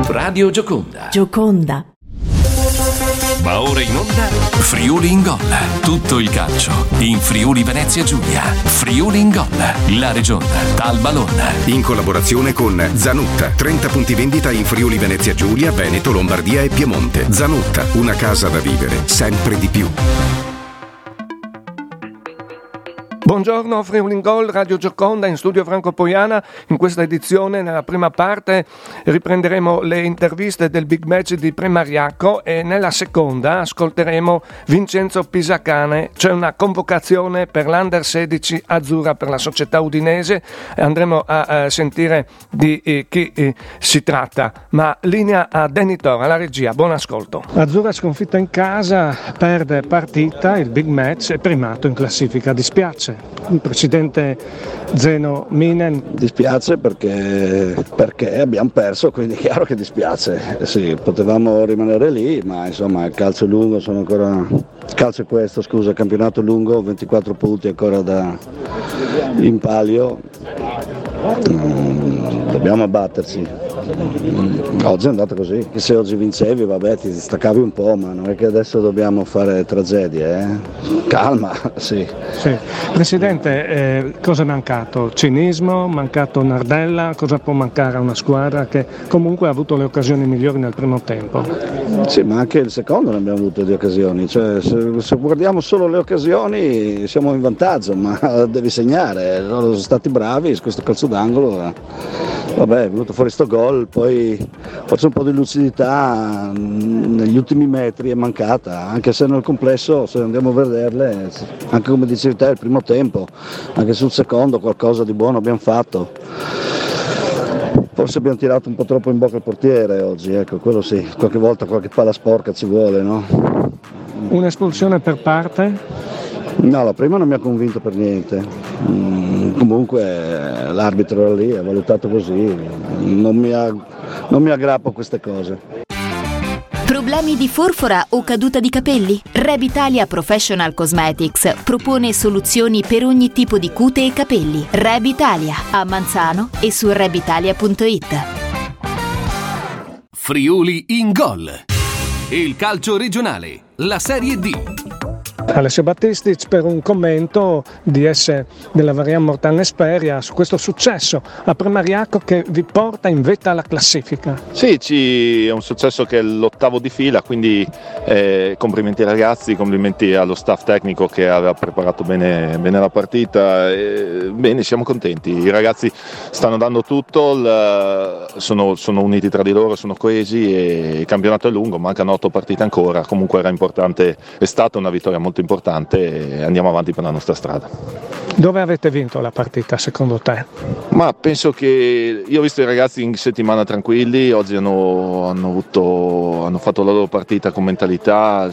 Radio Gioconda. Gioconda. Va ora in onda Friuli in Gol. Tutto il calcio in Friuli Venezia Giulia. Friuli in Gol. La Regione Talba Lonna. In collaborazione con Zanutta. 30 punti vendita in Friuli Venezia Giulia, Veneto, Lombardia e Piemonte. Zanutta, una casa da vivere sempre di più. Buongiorno, Friuli in Gol, Radio Gioconda, in studio Franco Poiana. In questa edizione, nella prima parte, riprenderemo le interviste del big match di Premariacco e nella seconda ascolteremo Vincenzo Pisacane. C'è una convocazione per l'Under 16 azzurra per la società udinese. Andremo a sentire di chi si tratta. Ma linea a Denitor, alla regia. Buon ascolto. Azzurra sconfitta in casa, perde partita, il big match è primato in classifica. Dispiace. Il presidente Zeno Minen. Dispiace perché abbiamo perso, quindi è chiaro che dispiace. Sì, potevamo rimanere lì, ma insomma il calcio è lungo, il calcio è questo, scusa, campionato lungo, 24 punti ancora in palio. Dobbiamo abbatterci. Oggi è andata così, che se oggi vincevi vabbè ti staccavi un po', ma non è che adesso dobbiamo fare tragedie, calma, sì. Presidente, cosa è mancato? Cinismo? Mancato Nardella? Cosa può mancare a una squadra che comunque ha avuto le occasioni migliori nel primo tempo? Sì, ma anche il secondo ne abbiamo avuto di occasioni, cioè se guardiamo solo le occasioni siamo in vantaggio, ma devi segnare, loro sono stati bravi, questo calcio d'angolo, vabbè, è venuto fuori sto gol, poi forse un po' di lucidità negli ultimi metri è mancata, anche se nel complesso, se andiamo a vederle, anche come dicevi te, il primo tempo, anche sul secondo qualcosa di buono abbiamo fatto. Forse abbiamo tirato un po' troppo in bocca al portiere oggi, ecco, quello sì, qualche volta qualche palla sporca ci vuole, no? Un'espulsione per parte? No, la prima non mi ha convinto per niente. Comunque l'arbitro era lì, ha valutato così, non mi aggrappo a queste cose. Problemi di forfora o caduta di capelli? Rebitalia Professional Cosmetics propone soluzioni per ogni tipo di cute e capelli. Rebitalia a Manzano e su rebitalia.it. Friuli in Gol. Il calcio regionale, la Serie D. Alessio Battistic per un commento della Varian Mortanne Esperia su questo successo a Premariacco che vi porta in vetta alla classifica. Sì, è un successo che è l'8º di fila, quindi complimenti ai ragazzi, complimenti allo staff tecnico che aveva preparato bene la partita. Bene, siamo contenti, i ragazzi stanno dando tutto, sono uniti tra di loro, sono coesi e il campionato è lungo, mancano 8 partite ancora, comunque era importante, è stata una vittoria molto importante e andiamo avanti per la nostra strada. Dove avete vinto la partita secondo te? Ma penso che io ho visto i ragazzi in settimana tranquilli, oggi hanno fatto la loro partita con mentalità, si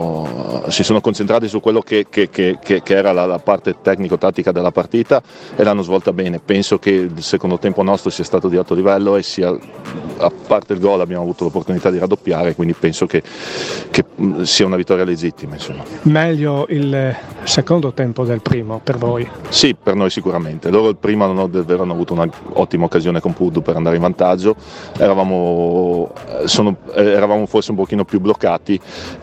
sono concentrati su quello che era la parte tecnico-tattica della partita e l'hanno svolta bene. Penso che il secondo tempo nostro sia stato di alto livello e a parte il gol abbiamo avuto l'opportunità di raddoppiare, quindi penso che sia una vittoria legittima. Insomma. Meglio il secondo tempo del primo per voi? Sì, per noi sicuramente. Loro il primo hanno avuto un'ottima occasione con Puddu per andare in vantaggio, eravamo forse un pochino più bloccati,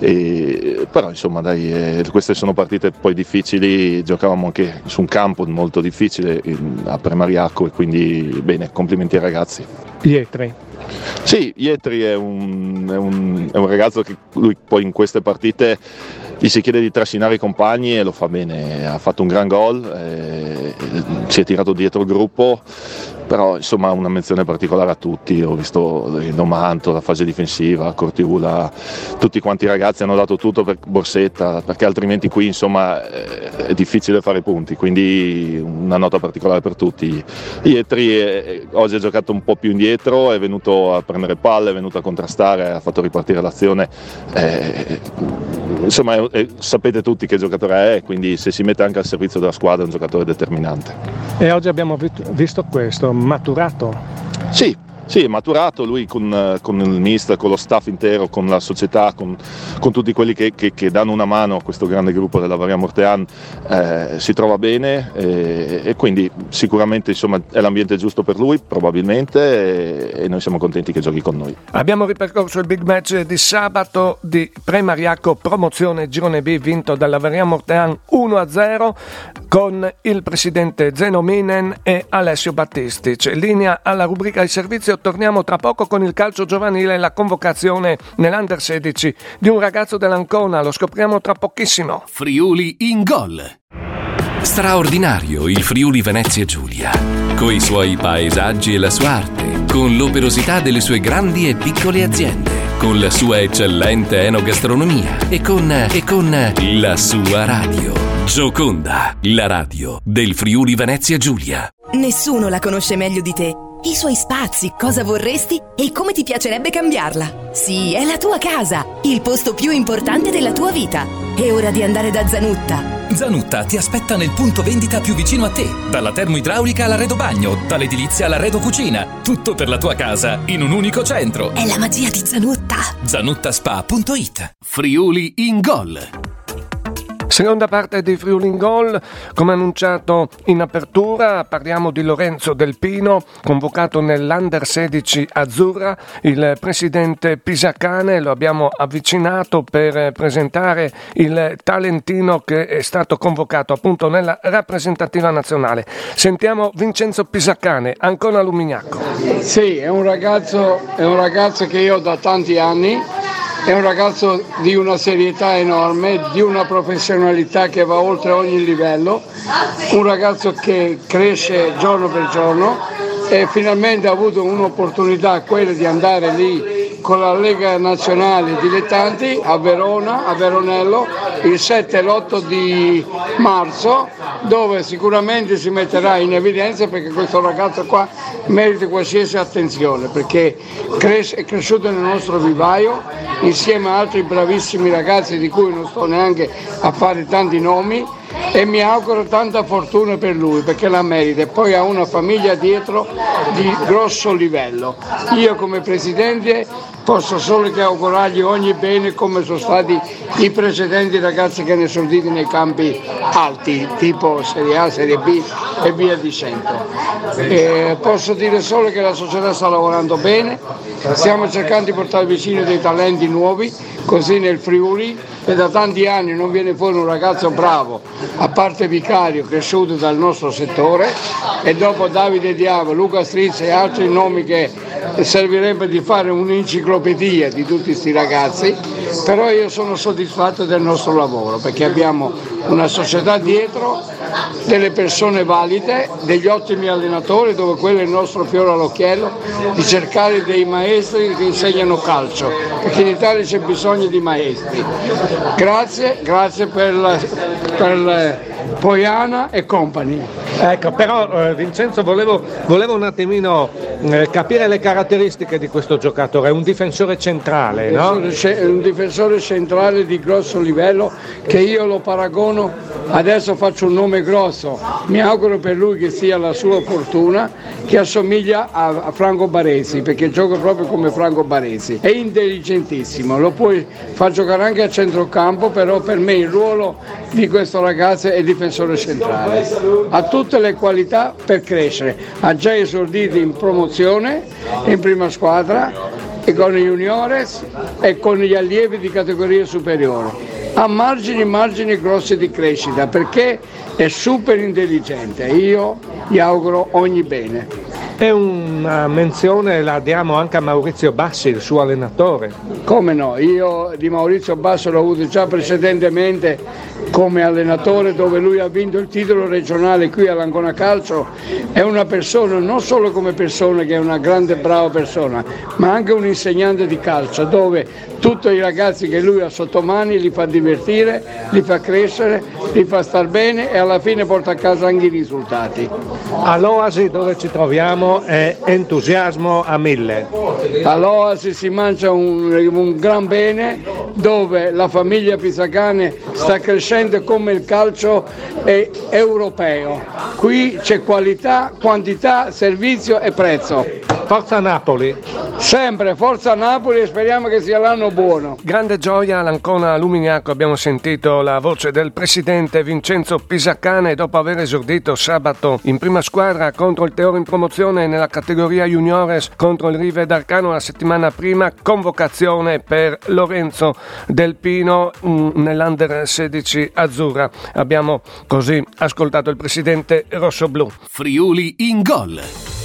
però insomma dai, queste sono partite poi difficili, giocavamo anche su un campo molto difficile a Premariacco e quindi bene, complimenti ai ragazzi. Ietri. Sì, Ietri è un ragazzo che lui poi in queste partite gli si chiede di trascinare i compagni e lo fa bene, ha fatto un gran gol, si è tirato dietro il gruppo, però insomma una menzione particolare a tutti, ho visto il Domanto, la fase difensiva, Cortiula, tutti quanti i ragazzi hanno dato tutto per Borsetta, perché altrimenti qui insomma è difficile fare punti, quindi una nota particolare per tutti. Ietri oggi ha giocato un po' più indietro, è venuto a prendere palle, è venuto a contrastare, ha fatto ripartire l'azione, insomma sapete tutti che giocatore è, quindi se si mette anche al servizio della squadra è un giocatore determinante. E oggi abbiamo visto questo, maturato. Sì, Sì, è maturato lui con il mister, con lo staff intero, con la società, con tutti quelli che danno una mano a questo grande gruppo della Variant Mortean, si trova bene e quindi sicuramente insomma, è l'ambiente giusto per lui, probabilmente, e noi siamo contenti che giochi con noi. Abbiamo ripercorso il big match di sabato di Pre-Mariacco promozione Girone B vinto dalla Variant Mortean 1-0 con il presidente Zeno Minen e Alessio Battistici. Linea alla rubrica di servizio, torniamo tra poco con il calcio giovanile e la convocazione nell'Under 16 di un ragazzo dell'Ancona, lo scopriamo tra pochissimo. Friuli in gol. Straordinario il Friuli Venezia Giulia, coi suoi paesaggi e la sua arte, con l'operosità delle sue grandi e piccole aziende, con la sua eccellente enogastronomia e con la sua radio. Gioconda, la radio del Friuli Venezia Giulia. Nessuno la conosce meglio di te. I suoi spazi, cosa vorresti e come ti piacerebbe cambiarla. Sì, è la tua casa, il posto più importante della tua vita. È ora di andare da Zanutta. Zanutta ti aspetta nel punto vendita più vicino a te. Dalla termoidraulica all'arredo bagno, dall'edilizia all'arredo cucina. Tutto per la tua casa in un unico centro. È la magia di Zanutta. Zanuttaspa.it. Friuli in gol. Seconda parte di Friuli in Gol, come annunciato in apertura parliamo di Lorenzo Del Pino, convocato nell'Under 16 azzurra, il presidente Pisacane, lo abbiamo avvicinato per presentare il talentino che è stato convocato appunto nella rappresentativa nazionale. Sentiamo Vincenzo Pisacane, Ancona Lumignacco. Sì, è un ragazzo che io ho da tanti anni. È un ragazzo di una serietà enorme, di una professionalità che va oltre ogni livello, un ragazzo che cresce giorno per giorno e finalmente ha avuto un'opportunità, quella di andare lì con la Lega Nazionale Dilettanti a Verona, a Veronello, il 7 e l'8 di marzo, dove sicuramente si metterà in evidenza perché questo ragazzo qua merita qualsiasi attenzione, perché è cresciuto nel nostro vivaio insieme a altri bravissimi ragazzi di cui non sto neanche a fare tanti nomi, e mi auguro tanta fortuna per lui perché la merita e poi ha una famiglia dietro di grosso livello. Io come presidente posso solo che augurargli ogni bene come sono stati i precedenti ragazzi che ne sono esorditi nei campi alti tipo Serie A, Serie B e via dicendo. Posso dire solo che la società sta lavorando bene, stiamo cercando di portare vicino dei talenti nuovi così nel Friuli, e da tanti anni non viene fuori un ragazzo bravo, a parte Vicario cresciuto dal nostro settore, e dopo Davide Diavo, Luca Strizza e altri nomi che servirebbe di fare un'enciclopedia di tutti questi ragazzi, però io sono soddisfatto del nostro lavoro perché abbiamo una società dietro, delle persone valide, degli ottimi allenatori, dove quello è il nostro fiore all'occhiello, di cercare dei maestri che insegnano calcio, perché in Italia c'è bisogno di maestri. Grazie per Poiana e compagni. Ecco, però Vincenzo volevo un attimino capire le caratteristiche di questo giocatore. È un difensore centrale, no? Un difensore centrale di grosso livello che io lo paragono, adesso faccio un nome grosso, mi auguro per lui che sia la sua fortuna, che assomiglia a Franco Baresi, perché gioca proprio come Franco Baresi. È intelligentissimo, lo puoi far giocare anche a centrocampo, però per me il ruolo di questo ragazzo è difensore centrale. Ha tutte le qualità per crescere, ha già esordito in promozione, in prima squadra, e con i juniores e con gli allievi di categoria superiore. Ha margini grossi di crescita perché è super intelligente. Io gli auguro ogni bene. E una menzione la diamo anche a Maurizio Bassi, il suo allenatore. Come no, io di Maurizio Bassi l'ho avuto già precedentemente come allenatore, dove lui ha vinto il titolo regionale qui all'Ancona Calcio. È una persona, non solo come persona che è una grande brava persona, ma anche un insegnante di calcio, dove tutti i ragazzi che lui ha sotto mani li fa divertire, li fa crescere, li fa star bene e alla fine porta a casa anche i risultati. All'Oasi, dove ci troviamo, è entusiasmo a 1000. All'Oasi si mangia un gran bene, dove la famiglia Pisacane sta crescendo come il calcio è europeo. Qui c'è qualità, quantità, servizio e prezzo. Forza Napoli! Sempre, forza Napoli e speriamo che sia l'anno buono. Grande gioia all'Ancona Luminiaco, abbiamo sentito la voce del presidente Vincenzo Pisacane dopo aver esordito sabato in prima squadra contro il Teoro in promozione nella categoria juniores contro il Rive d'Arcano la settimana prima, convocazione per Lorenzo Del Pino nell'Under 16 azzurra. Abbiamo così ascoltato il presidente rossoblù. Friuli in gol.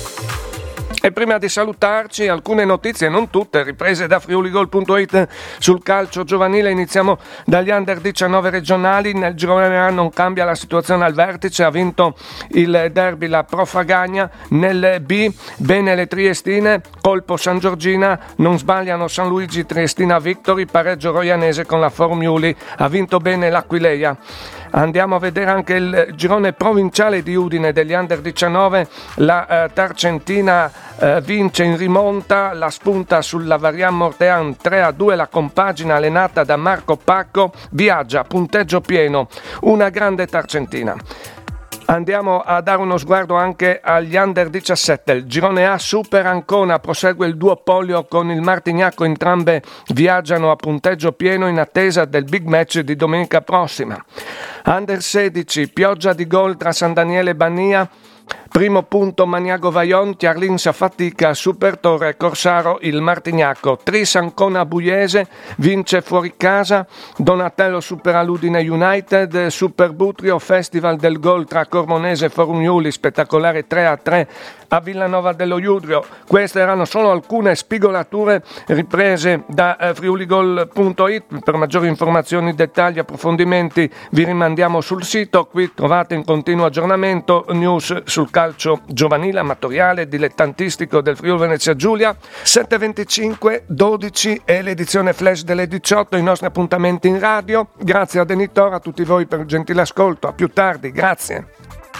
E prima di salutarci, alcune notizie, non tutte, riprese da friuligol.it sul calcio giovanile. Iniziamo dagli Under 19 regionali. Nel girone A non cambia la situazione al vertice, ha vinto il derby la Pro Fagagna. Nel B, bene le triestine, colpo San Giorgina, non sbagliano San Luigi Triestina Victory, pareggio roianese con la Formiuli, ha vinto bene l'Aquileia. Andiamo a vedere anche il girone provinciale di Udine degli Under 19, la Tarcentina vince in rimonta, la spunta sulla Varian Mortean 3-2, la compagine allenata da Marco Pacco viaggia a punteggio pieno, una grande Tarcentina. Andiamo a dare uno sguardo anche agli Under 17. Il girone A Super Ancona prosegue il duopolio con il Martignacco, entrambe viaggiano a punteggio pieno in attesa del big match di domenica prossima. Under 16, pioggia di gol tra San Daniele e Bania. Primo punto Maniago Vaion, Chiarlins a fatica, Super Torre Corsaro il Martignacco. Tris Ancona Buiese vince fuori casa, Donatello supera l'Udine United, Super Butrio, Festival del gol tra Cormonese e Formiuli, spettacolare 3-3 a Villanova dello Iudrio. Queste erano solo alcune spigolature riprese da friuligol.it. Per maggiori informazioni, dettagli, approfondimenti vi rimandiamo sul sito. Qui trovate in continuo aggiornamento news sul calcio giovanile, amatoriale, dilettantistico del Friuli Venezia Giulia. 7:25, 12 e l'edizione flash delle 18, i nostri appuntamenti in radio. Grazie a Denitor, a tutti voi per il gentile ascolto, a più tardi, grazie.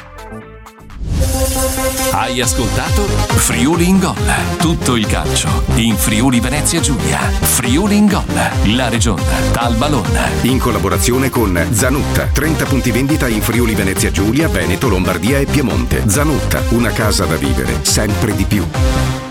Hai ascoltato Friuli in gol, tutto il calcio in Friuli Venezia Giulia. Friuli in gol, la regione dal ballone. In collaborazione con Zanutta, 30 punti vendita in Friuli Venezia Giulia, Veneto, Lombardia e Piemonte. Zanutta, una casa da vivere sempre di più.